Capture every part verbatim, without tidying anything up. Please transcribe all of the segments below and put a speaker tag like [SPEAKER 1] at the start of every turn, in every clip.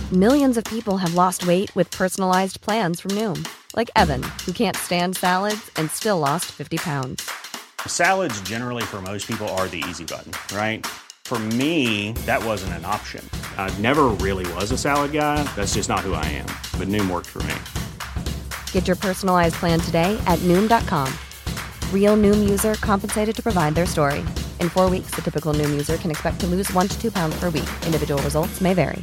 [SPEAKER 1] Millions of people have lost weight with personalized plans from Noom. Like Evan, who can't stand salads and still lost fifty pounds.
[SPEAKER 2] Salads generally for most people are the easy button, right? For me, that wasn't an option. I never really was a salad guy. That's just not who I am. But Noom worked for me.
[SPEAKER 1] Get your personalized plan today at Noom dot com. Real Noom user compensated to provide their story. In four weeks, the typical Noom user can expect to lose one to two pounds per week. Individual results may vary.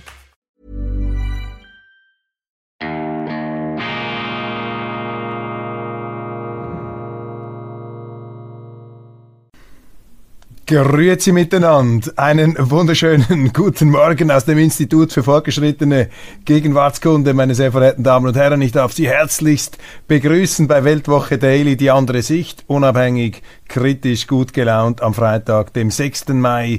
[SPEAKER 3] Grüezi miteinander. Einen wunderschönen guten Morgen aus dem Institut für fortgeschrittene Gegenwartskunde, meine sehr verehrten Damen und Herren. Ich darf Sie herzlichst begrüßen bei Weltwoche Daily, die andere Sicht, unabhängig, kritisch, gut gelaunt am Freitag, dem sechsten Mai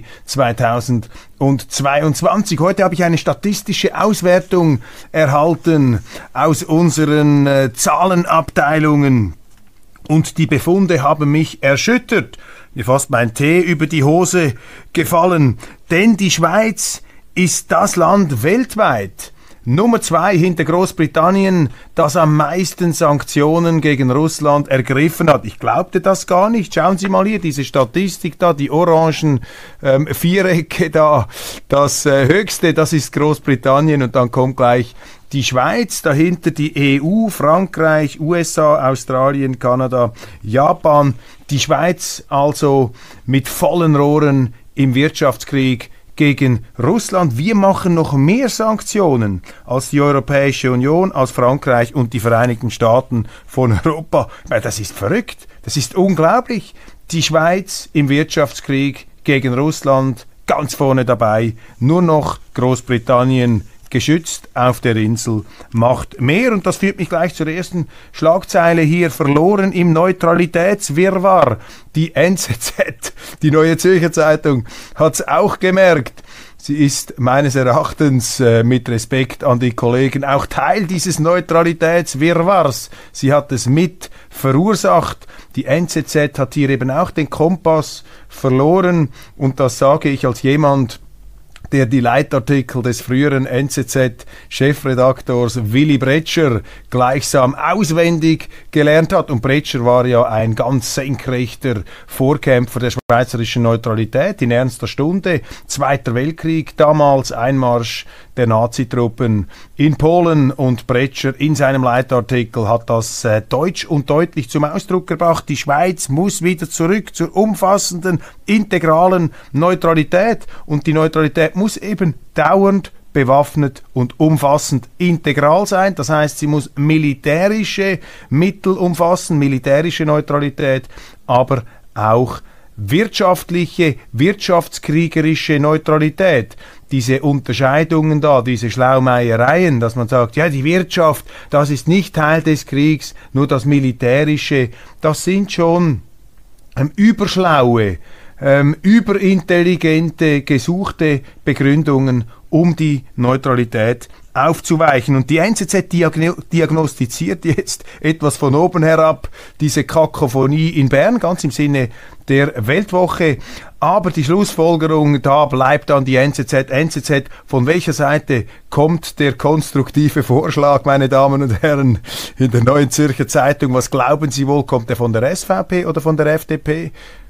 [SPEAKER 3] zweitausendzweiundzwanzig. Heute habe ich eine statistische Auswertung erhalten aus unseren äh, Zahlenabteilungen und die Befunde haben mich erschüttert. Mir fast mein Tee über die Hose gefallen, denn die Schweiz ist das Land weltweit, Nummer zwei hinter Großbritannien, das am meisten Sanktionen gegen Russland ergriffen hat. Ich glaubte das gar nicht. Schauen Sie mal hier, diese Statistik da, die orangen ähm, Vierecke da, das äh, höchste, das ist Großbritannien und dann kommt gleich die Schweiz, dahinter die E U, Frankreich, U S A, Australien, Kanada, Japan. Die Schweiz also mit vollen Rohren im Wirtschaftskrieg gegen Russland. Wir machen noch mehr Sanktionen als die Europäische Union, als Frankreich und die Vereinigten Staaten von Europa. Das ist verrückt, das ist unglaublich. Die Schweiz im Wirtschaftskrieg gegen Russland ganz vorne dabei, nur noch Großbritannien geschützt auf der Insel macht mehr. Und das führt mich gleich zur ersten Schlagzeile hier. Verloren im Neutralitätswirrwarr. Die N Z Z, die Neue Zürcher Zeitung, hat es auch gemerkt. Sie ist meines Erachtens äh, mit Respekt an die Kollegen auch Teil dieses Neutralitätswirrwarrs. Sie hat es mit verursacht. Die N Z Z hat hier eben auch den Kompass verloren. Und das sage ich als jemand, der die Leitartikel des früheren N Z Z-Chefredaktors Willy Bretscher gleichsam auswendig gelernt hat. Und Bretscher war ja ein ganz senkrechter Vorkämpfer der schweizerischen Neutralität in ernster Stunde. Zweiter Weltkrieg, damals Einmarsch der Nazitruppen in Polen und Bretscher in seinem Leitartikel hat das äh, deutsch und deutlich zum Ausdruck gebracht. Die Schweiz muss wieder zurück zur umfassenden, integralen Neutralität und die Neutralität muss eben dauernd bewaffnet und umfassend integral sein. Das heißt, sie muss militärische Mittel umfassen, militärische Neutralität, aber auch wirtschaftliche, wirtschaftskriegerische Neutralität. Diese Unterscheidungen da, diese Schlaumeiereien, dass man sagt, ja, die Wirtschaft, das ist nicht Teil des Kriegs, nur das Militärische, das sind schon ähm, überschlaue, ähm, überintelligente, gesuchte Begründungen, um die Neutralität aufzuweichen. Und die N Z Z diagno- diagnostiziert jetzt etwas von oben herab, diese Kakophonie in Bern, ganz im Sinne der Weltwoche. Aber die Schlussfolgerung, da bleibt dann die N Z Z. N Z Z, von welcher Seite kommt der konstruktive Vorschlag, meine Damen und Herren, in der Neuen Zürcher Zeitung? Was glauben Sie wohl, kommt der von der S V P oder von der F D P?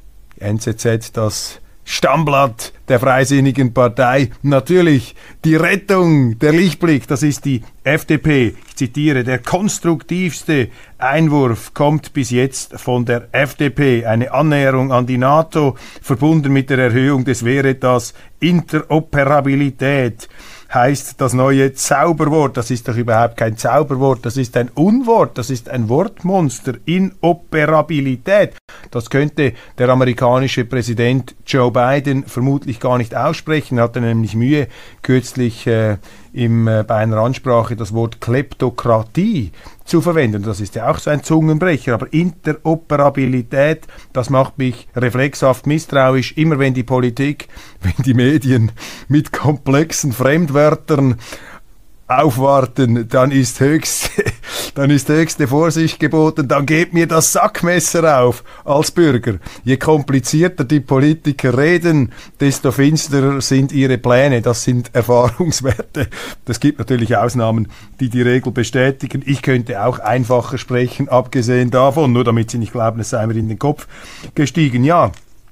[SPEAKER 3] N Z Z, das Stammblatt der Freisinnigen Partei. Natürlich die Rettung, der Lichtblick, das ist die F D P. Ich zitiere, der konstruktivste Einwurf kommt bis jetzt von der F D P. Eine Annäherung an die NATO, verbunden mit der Erhöhung des Wehretats Interoperabilität, heißt das neue Zauberwort. Das ist doch überhaupt kein Zauberwort, das ist ein Unwort, das ist ein Wortmonster. Inoperabilität. Das könnte der amerikanische Präsident Joe Biden vermutlich gar nicht aussprechen. Er hatte nämlich Mühe, kürzlich äh, im, äh, bei einer Ansprache das Wort Kleptokratie zu verwenden. Das ist ja auch so ein Zungenbrecher, aber Interoperabilität, das macht mich reflexhaft misstrauisch, immer wenn die Politik, wenn die Medien mit komplexen Fremdwörtern aufwarten, dann ist höchste, dann ist höchste Vorsicht geboten, dann gebt mir das Sackmesser auf als Bürger. Je komplizierter die Politiker reden, desto finsterer sind ihre Pläne. Das sind Erfahrungswerte. Das gibt natürlich Ausnahmen, die die Regel bestätigen. Ich könnte auch einfacher sprechen, abgesehen davon, nur damit Sie nicht glauben, es sei mir in den Kopf gestiegen. Ja,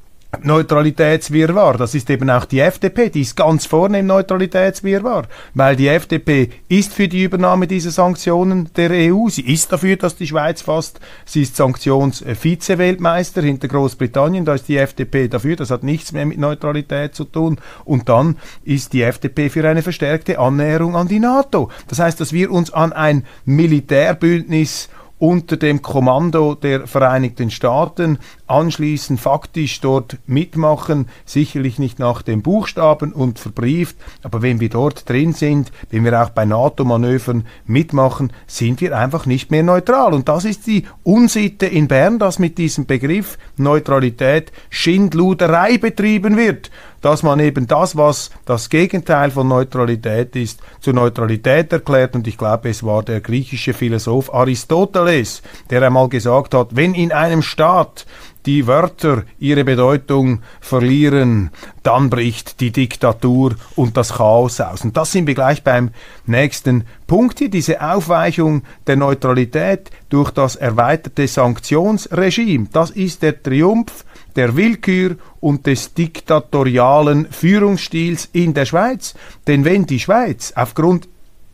[SPEAKER 3] Neutralitätswirrwarr, das ist eben auch die F D P, die ist ganz vorne im Neutralitätswirrwarr, weil die F D P ist für die Übernahme dieser Sanktionen der E U, sie ist dafür, dass die Schweiz fasst, sie ist Sanktions-Vize-Weltmeister hinter Großbritannien, da ist die F D P dafür, das hat nichts mehr mit Neutralität zu tun, und dann ist die F D P für eine verstärkte Annäherung an die NATO. Das heißt, dass wir uns an ein Militärbündnis unter dem Kommando der Vereinigten Staaten anschließen, faktisch dort mitmachen, sicherlich nicht nach dem Buchstaben und verbrieft, aber wenn wir dort drin sind, wenn wir auch bei NATO-Manövern mitmachen, sind wir einfach nicht mehr neutral. Und das ist die Unsitte in Bern, dass mit diesem Begriff Neutralität Schindluderei betrieben wird, dass man eben das, was das Gegenteil von Neutralität ist, zur Neutralität erklärt. Und ich glaube, es war der griechische Philosoph Aristoteles, der einmal gesagt hat, wenn in einem Staat die Wörter ihre Bedeutung verlieren, dann bricht die Diktatur und das Chaos aus. Und das sind wir gleich beim nächsten Punkt hier, diese Aufweichung der Neutralität durch das erweiterte Sanktionsregime. Das ist der Triumph der Willkür und des diktatorialen Führungsstils in der Schweiz. Denn wenn die Schweiz aufgrund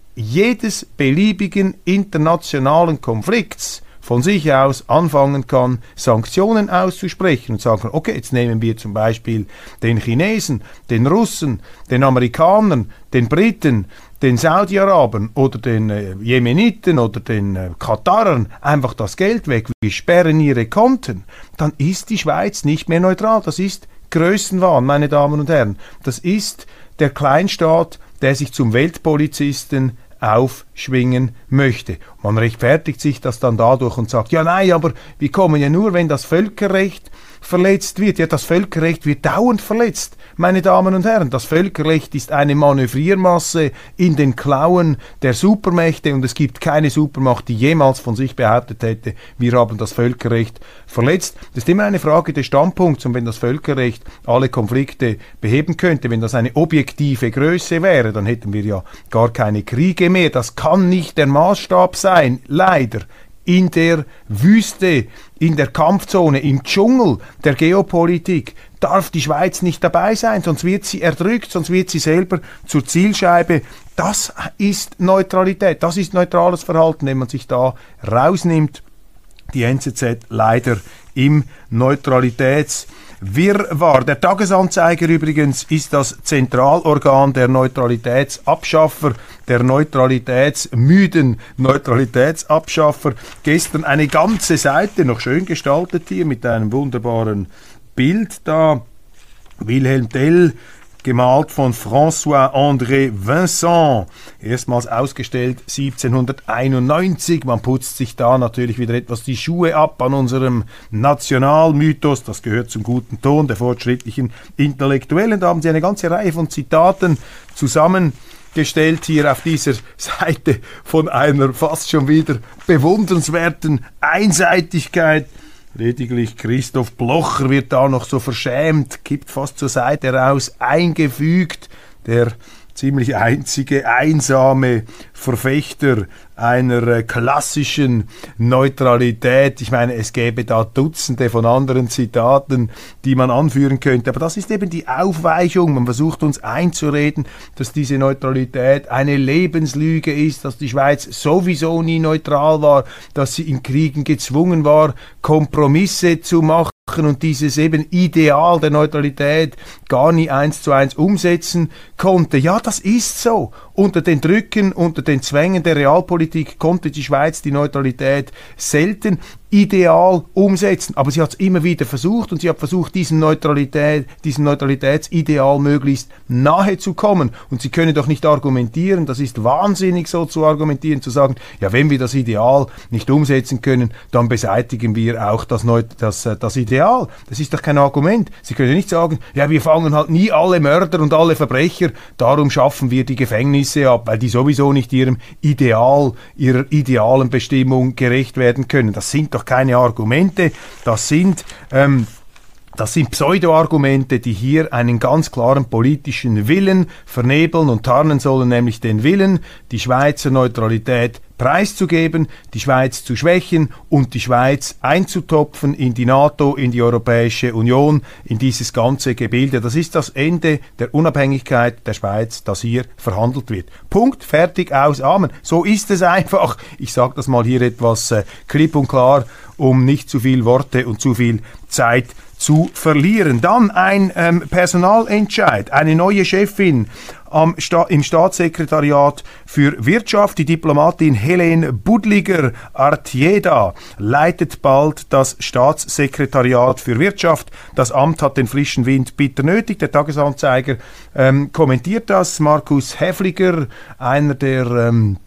[SPEAKER 3] jedes beliebigen internationalen Konflikts von sich aus anfangen kann, Sanktionen auszusprechen und sagen, okay, jetzt nehmen wir zum Beispiel den Chinesen, den Russen, den Amerikanern, den Briten, den Saudi-Arabern oder den äh, Jemeniten oder den äh, Katarern einfach das Geld weg, wir sperren ihre Konten, dann ist die Schweiz nicht mehr neutral. Das ist Größenwahn, meine Damen und Herren. Das ist der Kleinstaat, der sich zum Weltpolizisten aufschwingen möchte. Man rechtfertigt sich das dann dadurch und sagt, ja nein, aber wir kommen ja nur, wenn das Völkerrecht verletzt wird. Ja, das Völkerrecht wird dauernd verletzt, meine Damen und Herren. Das Völkerrecht ist eine Manövriermasse in den Klauen der Supermächte und es gibt keine Supermacht, die jemals von sich behauptet hätte, wir haben das Völkerrecht verletzt. Das ist immer eine Frage des Standpunkts und wenn das Völkerrecht alle Konflikte beheben könnte, wenn das eine objektive Größe wäre, dann hätten wir ja gar keine Kriege mehr. Das kann nicht der Maßstab sein, leider. In der Wüste, in der Kampfzone, im Dschungel der Geopolitik darf die Schweiz nicht dabei sein, sonst wird sie erdrückt, sonst wird sie selber zur Zielscheibe. Das ist Neutralität, das ist neutrales Verhalten, wenn man sich da rausnimmt. Die N Z Z leider im Neutralitätswirrwarr. Der Tagesanzeiger übrigens ist das Zentralorgan der Neutralitätsabschaffer, der neutralitätsmüden Neutralitätsabschaffer. Gestern eine ganze Seite, noch schön gestaltet hier, mit einem wunderbaren Bild da. Wilhelm Tell, gemalt von François-André Vincent, erstmals ausgestellt siebzehnhunderteinundneunzig. Man putzt sich da natürlich wieder etwas die Schuhe ab an unserem Nationalmythos. Das gehört zum guten Ton der fortschrittlichen Intellektuellen. Da haben sie eine ganze Reihe von Zitaten zusammengestellt hier auf dieser Seite von einer fast schon wieder bewundernswerten Einseitigkeit. Lediglich Christoph Blocher wird da noch so verschämt, kippt fast zur Seite raus, eingefügt, der ziemlich einzige, einsame Verfechter einer äh, klassischen Neutralität. Ich meine, es gäbe da Dutzende von anderen Zitaten, die man anführen könnte, aber das ist eben die Aufweichung. Man versucht uns einzureden, dass diese Neutralität eine Lebenslüge ist, dass die Schweiz sowieso nie neutral war, dass sie in Kriegen gezwungen war, Kompromisse zu machen und dieses eben Ideal der Neutralität gar nie eins zu eins umsetzen konnte. Ja, das ist so. Unter den Drücken, unter den Zwängen der Realpolitik konnte die Schweiz die Neutralität selten Ideal umsetzen. Aber sie hat es immer wieder versucht und sie hat versucht, diesem, Neutralität, diesem Neutralitätsideal möglichst nahe zu kommen. Und sie können doch nicht argumentieren, das ist wahnsinnig so zu argumentieren, zu sagen, ja, wenn wir das Ideal nicht umsetzen können, dann beseitigen wir auch das, Neu- das, das Ideal. Das ist doch kein Argument. Sie können nicht sagen, ja, wir fangen halt nie alle Mörder und alle Verbrecher, darum schaffen wir die Gefängnisse ab, weil die sowieso nicht ihrem Ideal, ihrer idealen Bestimmung gerecht werden können. Das sind doch keine Argumente, das sind, ähm, das sind Pseudo-Argumente, die hier einen ganz klaren politischen Willen vernebeln und tarnen sollen, nämlich den Willen, die Schweizer Neutralität preiszugeben, die Schweiz zu schwächen und die Schweiz einzutopfen in die NATO, in die Europäische Union, in dieses ganze Gebilde. Das ist das Ende der Unabhängigkeit der Schweiz, das hier verhandelt wird. Punkt, fertig, aus, Amen. So ist es einfach. Ich sage das mal hier etwas äh, klipp und klar, um nicht zu viel Worte und zu viel Zeit zu verlieren. Dann ein ähm, Personalentscheid, eine neue Chefin am Sta- im Staatssekretariat für Wirtschaft. Die Diplomatin Helene Budliger-Artieda leitet bald das Staatssekretariat für Wirtschaft. Das Amt hat den frischen Wind bitter nötig. Der Tagesanzeiger ähm, kommentiert das. Markus Häfliger, einer der ähm,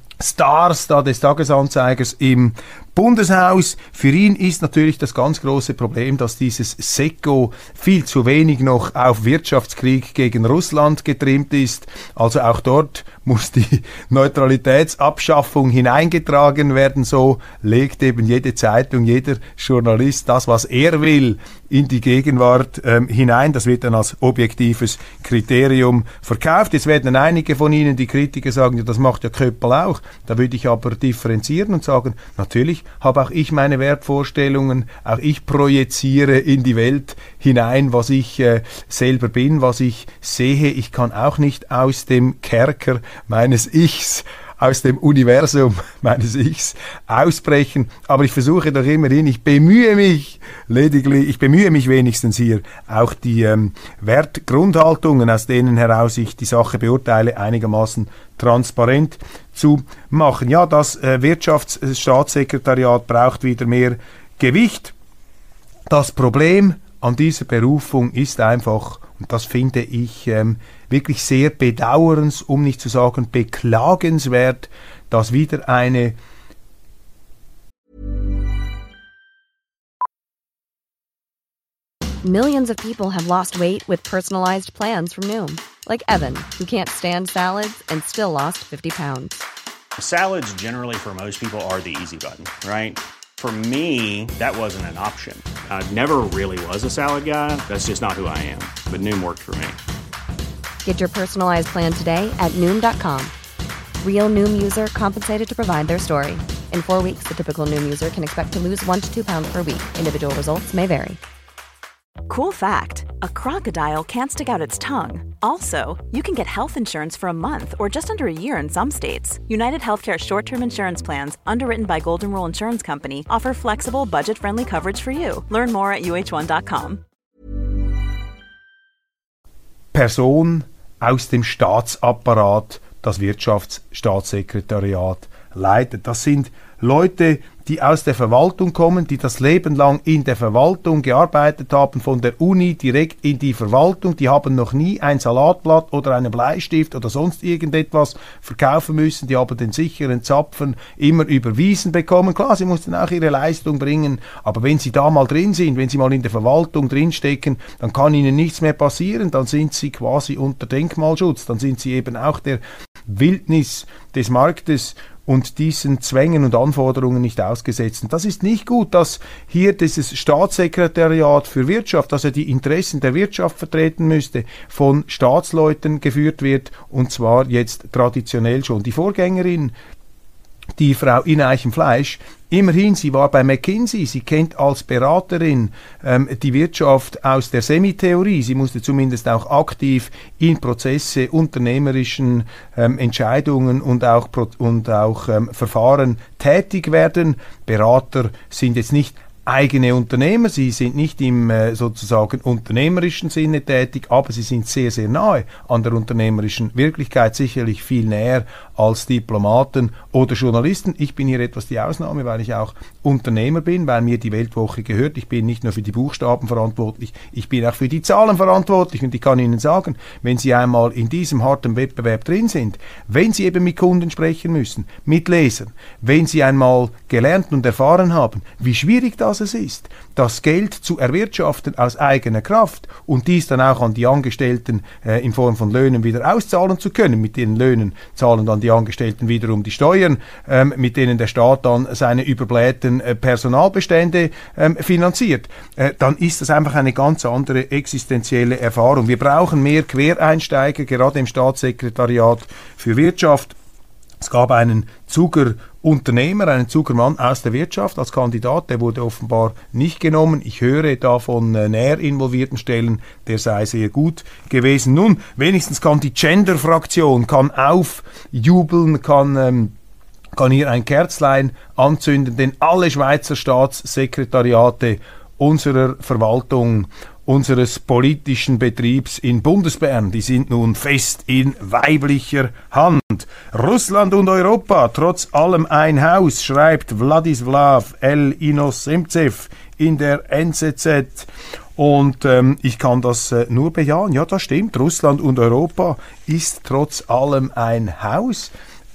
[SPEAKER 3] Stars da des Tagesanzeigers im Bundeshaus. Für ihn ist natürlich das ganz große Problem, dass dieses SECO viel zu wenig noch auf Wirtschaftskrieg gegen Russland getrimmt ist. Also auch dort muss die Neutralitätsabschaffung hineingetragen werden. So legt eben jede Zeitung, jeder Journalist das, was er will, in die Gegenwart ähm, hinein. Das wird dann als objektives Kriterium verkauft. Jetzt werden einige von Ihnen, die Kritiker, sagen, ja, das macht ja Köppel auch. Da würde ich aber differenzieren und sagen, natürlich habe auch ich meine Wertvorstellungen, auch ich projiziere in die Welt hinein, was ich äh, selber bin, was ich sehe. Ich kann auch nicht aus dem Kerker meines Ichs, aus dem Universum meines Ichs ausbrechen, aber ich versuche doch immerhin, ich bemühe mich lediglich, ich bemühe mich wenigstens hier, auch die ähm, Wertgrundhaltungen, aus denen heraus ich die Sache beurteile, einigermaßen transparent zu machen. Ja, das äh, Wirtschaftsstaatssekretariat braucht wieder mehr Gewicht. Das Problem an dieser Berufung ist einfach, und das finde ich ähm, wirklich sehr bedauerns, um nicht zu sagen beklagenswert, dass wieder eine
[SPEAKER 1] Millions of people have lost weight with personalized plans from Noom. Like Evan, who can't stand salads and still lost fifty pounds.
[SPEAKER 2] Salads generally for most people are the easy button, right? For me, that wasn't an option. I never really was a salad guy. That's just not who I am. But Noom worked for me.
[SPEAKER 1] Get your personalized plan today at Noom dot com. Real Noom user compensated to provide their story. In four weeks, the typical Noom user can expect to lose one to two pounds per week. Individual results may vary.
[SPEAKER 4] Cool fact, a crocodile can't stick out its tongue. Also, you can get health insurance for a month or just under a year in some states. United Healthcare short-term insurance plans, underwritten by Golden Rule Insurance Company, offer flexible, budget-friendly coverage for you. Learn more at U H one dot com.
[SPEAKER 3] Person aus dem Staatsapparat, das Wirtschaftsstaatssekretariat leitet. Das sind Leute, die aus der Verwaltung kommen, die das Leben lang in der Verwaltung gearbeitet haben, von der Uni direkt in die Verwaltung. Die haben noch nie ein Salatblatt oder einen Bleistift oder sonst irgendetwas verkaufen müssen. Die haben den sicheren Zapfen immer überwiesen bekommen. Klar, sie mussten auch ihre Leistung bringen, aber wenn sie da mal drin sind, wenn sie mal in der Verwaltung drinstecken, dann kann ihnen nichts mehr passieren. Dann sind sie quasi unter Denkmalschutz. Dann sind sie eben auch der Wildnis des Marktes und diesen Zwängen und Anforderungen nicht ausgesetzt. Und das ist nicht gut, dass hier dieses Staatssekretariat für Wirtschaft, dass er die Interessen der Wirtschaft vertreten müsste, von Staatsleuten geführt wird, und zwar jetzt traditionell schon. Die Vorgängerin, die Frau Ineichenfleisch, immerhin, sie war bei McKinsey, sie kennt als Beraterin ähm, die Wirtschaft aus der Semitheorie, sie musste zumindest auch aktiv in Prozesse, unternehmerischen ähm, Entscheidungen und auch, und auch ähm, Verfahren tätig werden. Berater sind jetzt nicht eigene Unternehmer, sie sind nicht im äh, sozusagen unternehmerischen Sinne tätig, aber sie sind sehr, sehr nahe an der unternehmerischen Wirklichkeit, sicherlich viel näher als Diplomaten oder Journalisten. Ich bin hier etwas die Ausnahme, weil ich auch Unternehmer bin, weil mir die Weltwoche gehört. Ich bin nicht nur für die Buchstaben verantwortlich, ich bin auch für die Zahlen verantwortlich, und ich kann Ihnen sagen, wenn Sie einmal in diesem harten Wettbewerb drin sind, wenn Sie eben mit Kunden sprechen müssen, mit Lesern, wenn Sie einmal gelernt und erfahren haben, wie schwierig das es ist, das Geld zu erwirtschaften aus eigener Kraft und dies dann auch an die Angestellten äh, in Form von Löhnen wieder auszahlen zu können. Mit den Löhnen zahlen dann die Angestellten wiederum die Steuern, ähm, mit denen der Staat dann seine überblähten äh, Personalbestände ähm, finanziert. Äh, dann ist das einfach eine ganz andere existenzielle Erfahrung. Wir brauchen mehr Quereinsteiger, gerade im Staatssekretariat für Wirtschaft. Es gab einen Zuger Unternehmer, einen Zugermann aus der Wirtschaft als Kandidat, der wurde offenbar nicht genommen. Ich höre da von äh, näher involvierten Stellen, der sei sehr gut gewesen. Nun, wenigstens kann die Gender-Fraktion kann aufjubeln, kann... Ähm, kann hier ein Kerzlein anzünden, denn alle Schweizer Staatssekretariate unserer Verwaltung, unseres politischen Betriebs in Bundesbern, die sind nun fest in weiblicher Hand. Russland und Europa, trotz allem ein Haus, schreibt Wladislaw L. Inosemtsev in der N Z Z. Und ähm, ich kann das äh, nur bejahen. Ja, das stimmt. Russland und Europa ist trotz allem ein Haus.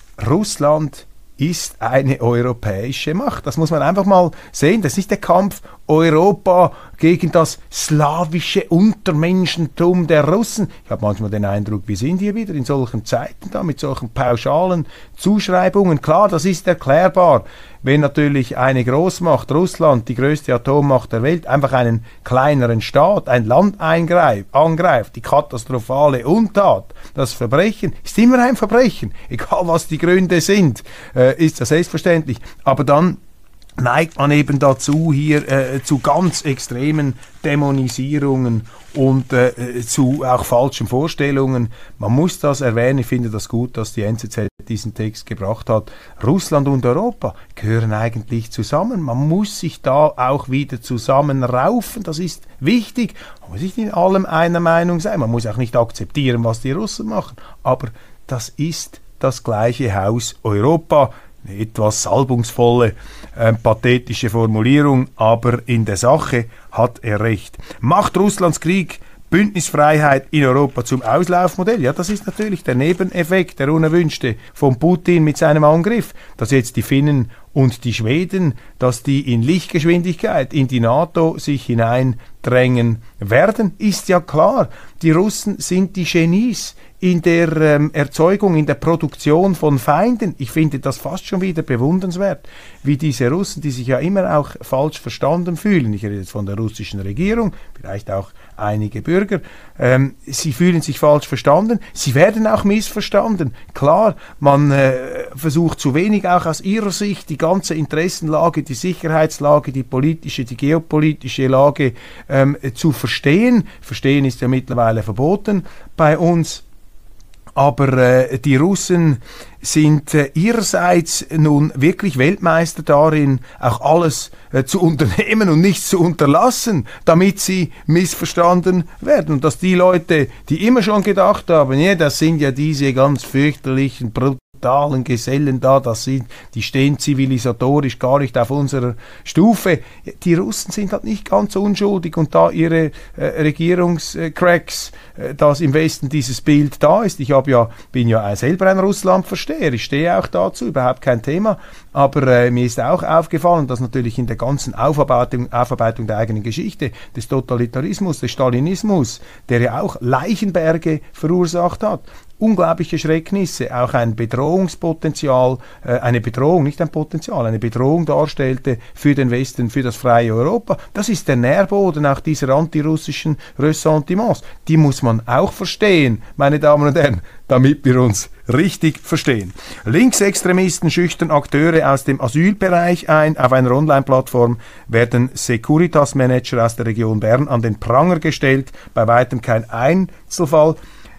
[SPEAKER 3] Russland ist eine europäische Macht. Das muss man einfach mal sehen. Das ist nicht der Kampf Europa gegen das slawische Untermenschentum der Russen. Ich habe manchmal den Eindruck, wir sind hier wieder in solchen Zeiten da, mit solchen pauschalen Zuschreibungen. Klar, das ist erklärbar, wenn natürlich eine Großmacht, Russland, die größte Atommacht der Welt, einfach einen kleineren Staat, ein Land eingreift, angreift, die katastrophale Untat, das Verbrechen, ist immer ein Verbrechen, egal was die Gründe sind, äh, ist das selbstverständlich. Aber dann neigt man eben dazu, hier äh, zu ganz extremen Dämonisierungen und äh, zu auch falschen Vorstellungen. Man muss das erwähnen, ich finde das gut, dass die N Z Z diesen Text gebracht hat. Russland und Europa gehören eigentlich zusammen. Man muss sich da auch wieder zusammenraufen, das ist wichtig. Man muss nicht in allem einer Meinung sein, man muss auch nicht akzeptieren, was die Russen machen, aber das ist das gleiche Haus Europa. Eine etwas salbungsvolle, äh, pathetische Formulierung, aber in der Sache hat er recht. Macht Russlands Krieg Bündnisfreiheit in Europa zum Auslaufmodell? Ja, das ist natürlich der Nebeneffekt, der unerwünschte von Putin mit seinem Angriff, dass jetzt die Finnen und die Schweden, dass die in Lichtgeschwindigkeit in die NATO sich hineindrängen werden, ist ja klar. Die Russen sind die Genies in der ähm, Erzeugung, in der Produktion von Feinden. Ich finde das fast schon wieder bewundernswert, wie diese Russen, die sich ja immer auch falsch verstanden fühlen, ich rede jetzt von der russischen Regierung, vielleicht auch einige Bürger, ähm, sie fühlen sich falsch verstanden, sie werden auch missverstanden. Klar, man äh, versucht zu wenig auch aus ihrer Sicht die ganze Interessenlage, die Sicherheitslage, die politische, die geopolitische Lage ähm, zu verstehen. Verstehen ist ja mittlerweile verboten bei uns. Aber äh, die Russen sind äh, ihrerseits nun wirklich Weltmeister darin, auch alles äh, zu unternehmen und nichts zu unterlassen, damit sie missverstanden werden. Und dass die Leute, die immer schon gedacht haben, ja, das sind ja diese ganz fürchterlichen, brutalen Gesellen da, das sind, die stehen zivilisatorisch gar nicht auf unserer Stufe. Die Russen sind halt nicht ganz unschuldig und da ihre äh, Regierungscracks, äh, dass im Westen dieses Bild da ist. Ich hab ja, bin ja selber ein Russlandversteher, ich stehe auch dazu, überhaupt kein Thema, aber äh, mir ist auch aufgefallen, dass natürlich in der ganzen Aufarbeitung, Aufarbeitung der eigenen Geschichte, des Totalitarismus, des Stalinismus, der ja auch Leichenberge verursacht hat, unglaubliche Schrecknisse, auch ein Bedrohungspotenzial, äh, eine Bedrohung, nicht ein Potenzial, eine Bedrohung darstellte für den Westen, für das freie Europa. Das ist der Nährboden auch dieser antirussischen Ressentiments. Die muss man auch verstehen, meine Damen und Herren, damit wir uns richtig verstehen. Linksextremisten schüchtern Akteure aus dem Asylbereich ein. Auf einer Online-Plattform werden Securitas-Manager aus der Region Bern an den Pranger gestellt. Bei weitem kein Einzelfall.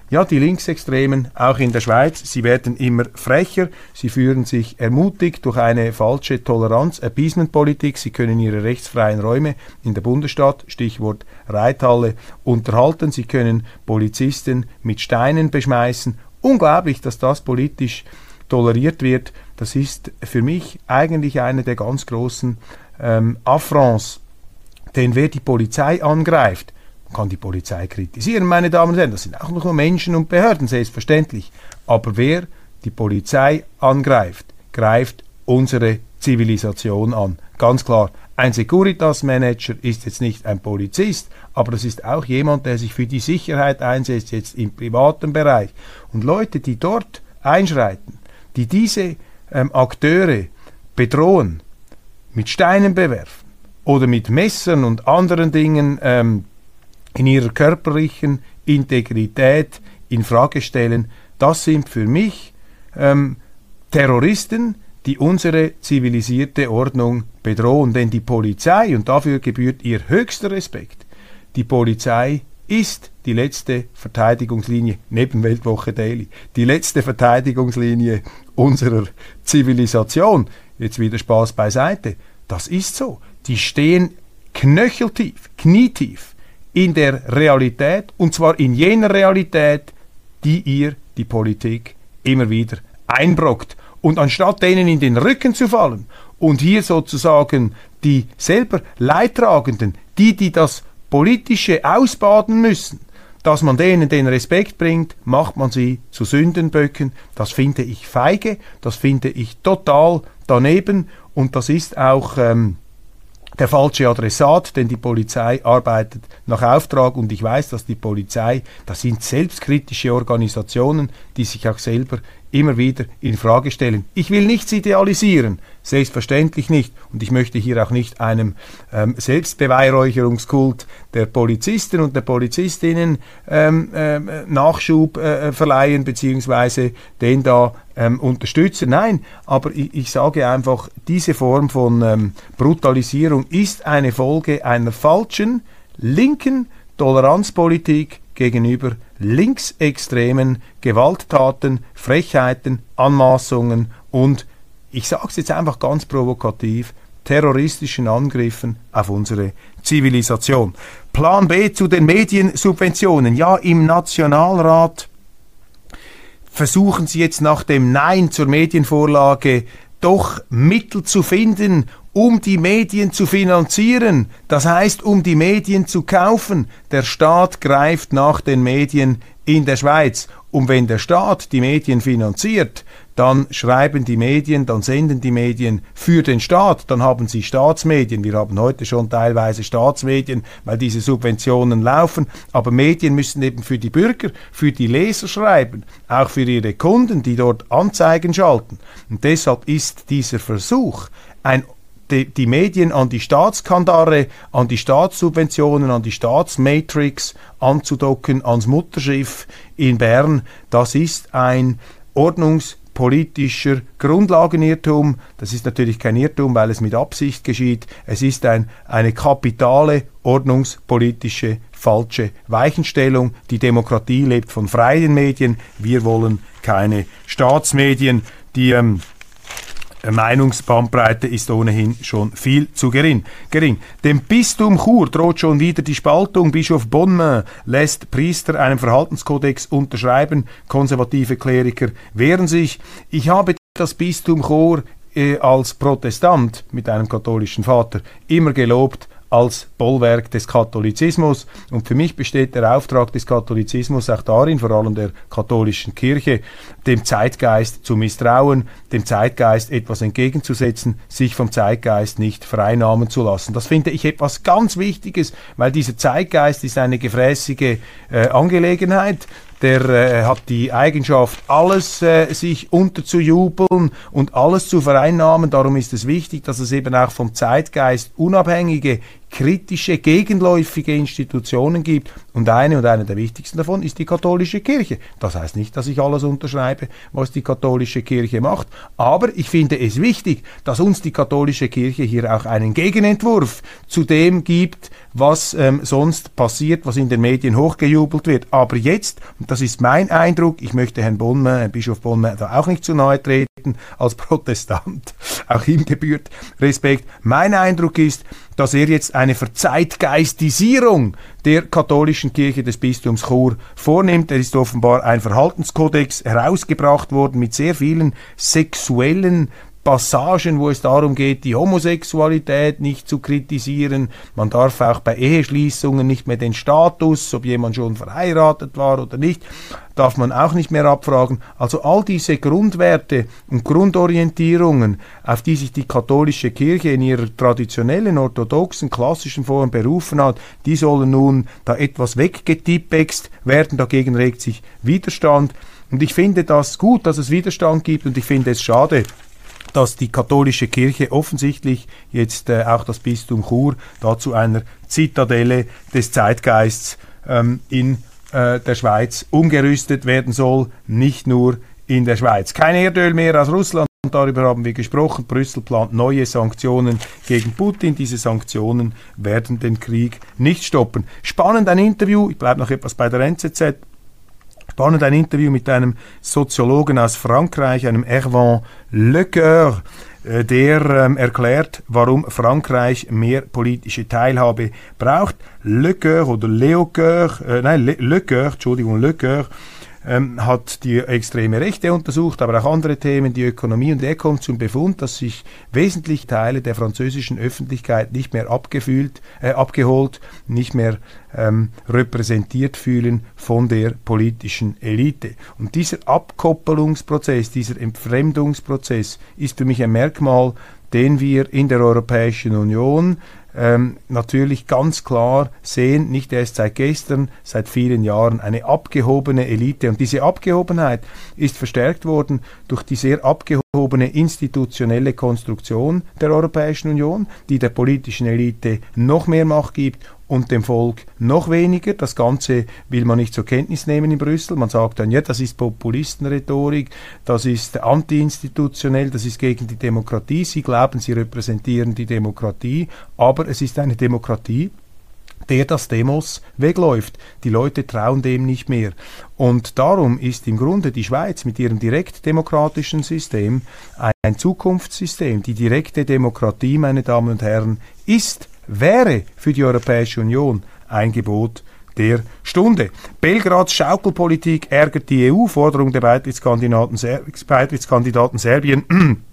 [SPEAKER 3] Ja, die Linksextremen, auch in der Schweiz, sie werden immer frecher, sie fühlen sich ermutigt durch eine falsche Toleranz-Appeasement-Politik, sie können ihre rechtsfreien Räume in der Bundesstadt, Stichwort Reithalle, unterhalten, sie können Polizisten mit Steinen beschmeißen. Unglaublich, dass das politisch toleriert wird. Das ist für mich eigentlich eine der ganz großen ähm, Affronts. Denn wer die Polizei angreift, kann die Polizei kritisieren, meine Damen und Herren. Das sind auch nur Menschen und Behörden, selbstverständlich. Aber wer die Polizei angreift, greift unsere Zivilisation an. Ganz klar, ein Securitas-Manager ist jetzt nicht ein Polizist, aber das ist auch jemand, der sich für die Sicherheit einsetzt, jetzt im privaten Bereich. Und Leute, die dort einschreiten, die diese ähm, Akteure bedrohen, mit Steinen bewerfen oder mit Messern und anderen Dingen ähm, in ihrer körperlichen Integrität in Frage stellen, das sind für mich ähm, Terroristen, die unsere zivilisierte Ordnung bedrohen. Denn die Polizei, und dafür gebührt ihr höchster Respekt, die Polizei ist die letzte Verteidigungslinie, neben Weltwoche Daily, die letzte Verteidigungslinie unserer Zivilisation. Jetzt wieder Spaß beiseite. Das ist so. Die stehen knöcheltief, knietief in der Realität, und zwar in jener Realität, die ihr die Politik immer wieder einbrockt. Und anstatt denen in den Rücken zu fallen und hier sozusagen die selber Leidtragenden, die, die das Politische ausbaden müssen, dass man denen den Respekt bringt, macht man sie zu Sündenböcken. Das finde ich feige, das finde ich total daneben, und das ist auch ähm, der falsche Adressat, denn die Polizei arbeitet nach Auftrag, und ich weiß, dass die Polizei, das sind selbstkritische Organisationen, die sich auch selber immer wieder in Frage stellen. Ich will nichts idealisieren, selbstverständlich nicht, und ich möchte hier auch nicht einem ähm, Selbstbeweihräucherungskult der Polizisten und der Polizistinnen ähm, ähm, Nachschub äh, verleihen, beziehungsweise den da ähm, unterstützen. Nein, aber ich, ich sage einfach, diese Form von ähm, Brutalisierung ist eine Folge einer falschen, linken Toleranzpolitik gegenüber linksextremen Gewalttaten, Frechheiten, Anmaßungen und, ich sage es jetzt einfach ganz provokativ, terroristischen Angriffen auf unsere Zivilisation. Plan B zu den Mediensubventionen. Ja, im Nationalrat versuchen Sie jetzt nach dem Nein zur Medienvorlage doch Mittel zu finden, um die Medien zu finanzieren, das heißt, um die Medien zu kaufen. Der Staat greift nach den Medien in der Schweiz. Und wenn der Staat die Medien finanziert, dann schreiben die Medien, dann senden die Medien für den Staat, dann haben sie Staatsmedien. Wir haben heute schon teilweise Staatsmedien, weil diese Subventionen laufen, aber Medien müssen eben für die Bürger, für die Leser schreiben, auch für ihre Kunden, die dort Anzeigen schalten. Und deshalb ist dieser Versuch, ein Die, die Medien an die Staatskandare, an die Staatssubventionen, an die Staatsmatrix anzudocken, ans Mutterschiff in Bern, das ist ein ordnungspolitischer Grundlagenirrtum. Das ist natürlich kein Irrtum, weil es mit Absicht geschieht. Es ist ein, eine kapitale, ordnungspolitische, falsche Weichenstellung. Die Demokratie lebt von freien Medien. Wir wollen keine Staatsmedien. Die ähm, Meinungsbandbreite ist ohnehin schon viel zu gering. gering. Dem Bistum Chur droht schon wieder die Spaltung. Bischof Bonmain lässt Priester einen Verhaltenskodex unterschreiben. Konservative Kleriker wehren sich. Ich habe das Bistum Chur äh, als Protestant mit einem katholischen Vater immer gelobt als Bollwerk des Katholizismus. Und für mich besteht der Auftrag des Katholizismus auch darin, vor allem der katholischen Kirche, dem Zeitgeist zu misstrauen, dem Zeitgeist etwas entgegenzusetzen, sich vom Zeitgeist nicht vereinnahmen zu lassen. Das finde ich etwas ganz Wichtiges, weil dieser Zeitgeist ist eine gefräßige äh, Angelegenheit. Der äh, hat die Eigenschaft, alles äh, sich unterzujubeln und alles zu vereinnahmen. Darum ist es wichtig, dass es eben auch vom Zeitgeist unabhängige, kritische, gegenläufige Institutionen gibt. Und eine und eine der wichtigsten davon ist die katholische Kirche. Das heißt nicht, dass ich alles unterschreibe, was die katholische Kirche macht. Aber ich finde es wichtig, dass uns die katholische Kirche hier auch einen Gegenentwurf zu dem gibt, was ähm, sonst passiert, was in den Medien hochgejubelt wird. Aber jetzt, und das ist mein Eindruck, ich möchte Herrn Bonnemann, Bischof Bonnemann, da auch nicht zu nahe treten, als Protestant, auch ihm gebührt Respekt. Mein Eindruck ist, dass er jetzt eine Verzeitgeistisierung der katholischen Kirche des Bistums Chur vornimmt. Er ist offenbar ein Verhaltenskodex herausgebracht worden mit sehr vielen sexuellen Passagen, wo es darum geht, die Homosexualität nicht zu kritisieren. Man darf auch bei Eheschließungen nicht mehr den Status, ob jemand schon verheiratet war oder nicht, darf man auch nicht mehr abfragen. Also all diese Grundwerte und Grundorientierungen, auf die sich die katholische Kirche in ihrer traditionellen, orthodoxen, klassischen Form berufen hat, die sollen nun da etwas weggetippext werden. Dagegen regt sich Widerstand. Und ich finde das gut, dass es Widerstand gibt, und ich finde es schade, dass die katholische Kirche offensichtlich jetzt äh, auch das Bistum Chur dazu einer Zitadelle des Zeitgeists ähm, in äh, der Schweiz umgerüstet werden soll, nicht nur in der Schweiz. Kein Erdöl mehr aus Russland, darüber haben wir gesprochen. Brüssel plant neue Sanktionen gegen Putin. Diese Sanktionen werden den Krieg nicht stoppen. Spannend ein Interview, ich bleibe noch etwas bei der N Z Z, spannend ein Interview mit einem Soziologen aus Frankreich, einem Hervé Lecoeur, äh, der ähm, erklärt, warum Frankreich mehr politische Teilhabe braucht. Lecoeur oder Lecoeur, äh, nein, Le Lecoeur, Entschuldigung, Lecoeur, ähm, hat die extreme Rechte untersucht, aber auch andere Themen, die Ökonomie, und er kommt zum Befund, dass sich wesentliche Teile der französischen Öffentlichkeit nicht mehr abgefühlt, äh, abgeholt, nicht mehr ähm, repräsentiert fühlen von der politischen Elite. Und dieser Abkoppelungsprozess, dieser Entfremdungsprozess ist für mich ein Merkmal, den wir in der Europäischen Union Ähm, natürlich ganz klar sehen, nicht erst seit gestern, seit vielen Jahren, eine abgehobene Elite. Und diese Abgehobenheit ist verstärkt worden durch die sehr abgehobene institutionelle Konstruktion der Europäischen Union, die der politischen Elite noch mehr Macht gibt und dem Volk noch weniger. Das Ganze will man nicht zur Kenntnis nehmen in Brüssel. Man sagt dann, ja, das ist Populistenrhetorik, das ist antiinstitutionell, das ist gegen die Demokratie. Sie glauben, sie repräsentieren die Demokratie, aber es ist eine Demokratie, der das Demos wegläuft. Die Leute trauen dem nicht mehr. Und darum ist im Grunde die Schweiz mit ihrem direktdemokratischen System ein Zukunftssystem. Die direkte Demokratie, meine Damen und Herren, ist, wäre für die Europäische Union ein Gebot der Stunde. Belgrads Schaukelpolitik ärgert die E U, Forderung der Beitrittskandidaten, Ser- Beitrittskandidaten Serbien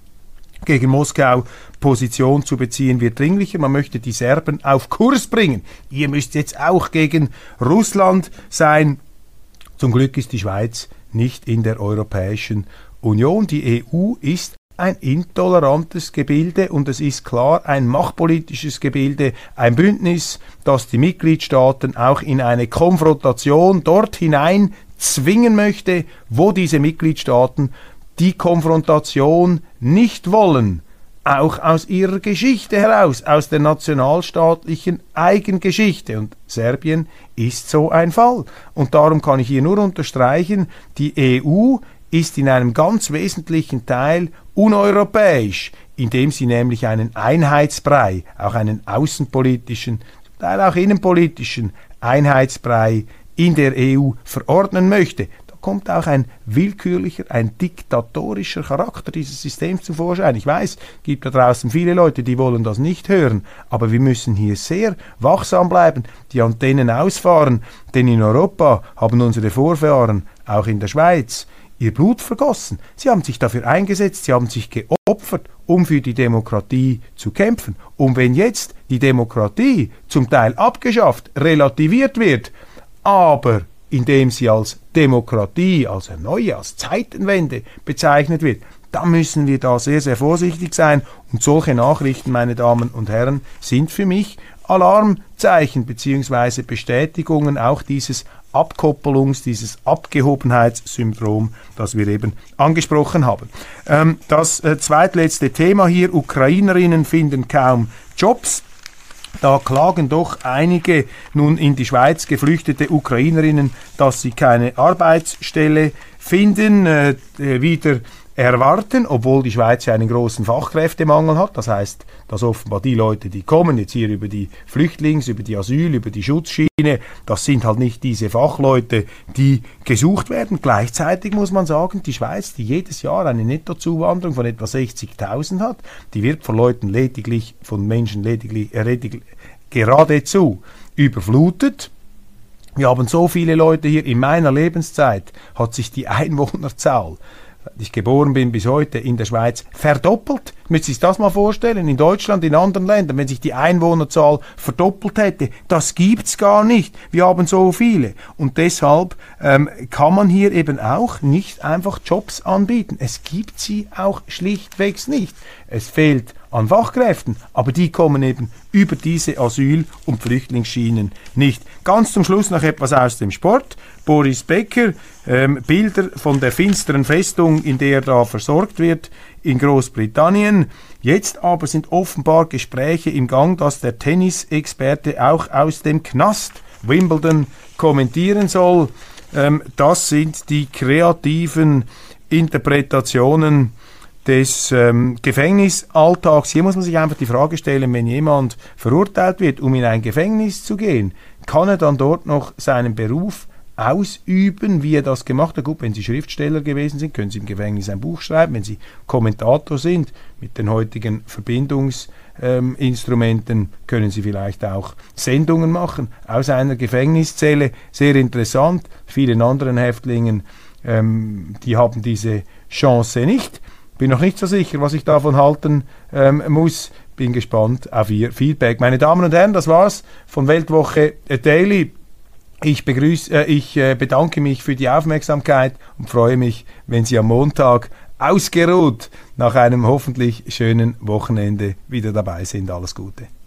[SPEAKER 3] gegen Moskau Position zu beziehen, wird dringlicher. Man möchte die Serben auf Kurs bringen. Ihr müsst jetzt auch gegen Russland sein. Zum Glück ist die Schweiz nicht in der Europäischen Union. Die E U ist ein intolerantes Gebilde, und es ist klar ein machtpolitisches Gebilde, ein Bündnis, das die Mitgliedstaaten auch in eine Konfrontation dort hinein zwingen möchte, wo diese Mitgliedstaaten die Konfrontation nicht wollen, auch aus ihrer Geschichte heraus, aus der nationalstaatlichen Eigengeschichte. Und Serbien ist so ein Fall. Und darum kann ich hier nur unterstreichen, die E U ist in einem ganz wesentlichen Teil uneuropäisch, indem sie nämlich einen Einheitsbrei, auch einen außenpolitischen, zum Teil auch innenpolitischen Einheitsbrei in der E U verordnen möchte. Da kommt auch ein willkürlicher, ein diktatorischer Charakter dieses Systems zum Vorschein. Ich weiß, es gibt da draußen viele Leute, die wollen das nicht hören, aber wir müssen hier sehr wachsam bleiben, die Antennen ausfahren, denn in Europa haben unsere Vorfahren, auch in der Schweiz, ihr Blut vergossen. Sie haben sich dafür eingesetzt, sie haben sich geopfert, um für die Demokratie zu kämpfen. Und wenn jetzt die Demokratie zum Teil abgeschafft, relativiert wird, aber indem sie als Demokratie, als eine neue, als Zeitenwende bezeichnet wird, dann müssen wir da sehr, sehr vorsichtig sein. Und solche Nachrichten, meine Damen und Herren, sind für mich Alarmzeichen bzw. Bestätigungen auch dieses Abkoppelungs-, dieses Abgehobenheitssyndrom, das wir eben angesprochen haben. Ähm, das äh, zweitletzte Thema hier, Ukrainerinnen finden kaum Jobs. Da klagen doch einige nun in die Schweiz geflüchtete Ukrainerinnen, dass sie keine Arbeitsstelle finden, äh, wieder erwarten, obwohl die Schweiz ja einen großen Fachkräftemangel hat. Das heißt, dass offenbar die Leute, die kommen, jetzt hier über die Flüchtlings-, über die Asyl-, über die Schutzschiene, das sind halt nicht diese Fachleute, die gesucht werden. Gleichzeitig muss man sagen, die Schweiz, die jedes Jahr eine Nettozuwanderung von etwa sechzigtausend hat, die wird von Leuten lediglich, von Menschen lediglich, äh, lediglich geradezu überflutet. Wir haben so viele Leute hier. In meiner Lebenszeit hat sich die Einwohnerzahl, ich geboren bin bis heute, in der Schweiz verdoppelt. Müssen Sie sich das mal vorstellen, in Deutschland, in anderen Ländern, wenn sich die Einwohnerzahl verdoppelt hätte, das gibt's gar nicht. Wir haben so viele. Und deshalb ähm, kann man hier eben auch nicht einfach Jobs anbieten. Es gibt sie auch schlichtwegs nicht. Es fehlt an Fachkräften, aber die kommen eben über diese Asyl- und Flüchtlingsschienen nicht. Ganz zum Schluss noch etwas aus dem Sport. Boris Becker, ähm, Bilder von der finsteren Festung, in der er da versorgt wird in Großbritannien. Jetzt aber sind offenbar Gespräche im Gang, dass der Tennisexperte auch aus dem Knast Wimbledon kommentieren soll. Ähm, das sind die kreativen Interpretationen des ähm, Gefängnisalltags. Hier muss man sich einfach die Frage stellen, wenn jemand verurteilt wird, um in ein Gefängnis zu gehen, kann er dann dort noch seinen Beruf ausüben, wie er das gemacht hat? Gut, wenn Sie Schriftsteller gewesen sind, können Sie im Gefängnis ein Buch schreiben. Wenn Sie Kommentator sind, mit den heutigen Verbindungsinstrumenten, ähm, können Sie vielleicht auch Sendungen machen aus einer Gefängniszelle. Sehr interessant. Vielen anderen Häftlingen, ähm, die haben diese Chance nicht. Bin noch nicht so sicher, was ich davon halten ähm, muss. Bin gespannt auf Ihr Feedback. Meine Damen und Herren, das war's von Weltwoche Daily. Ich, begrüße, äh, ich äh, bedanke mich für die Aufmerksamkeit und freue mich, wenn Sie am Montag ausgeruht nach einem hoffentlich schönen Wochenende wieder dabei sind. Alles Gute.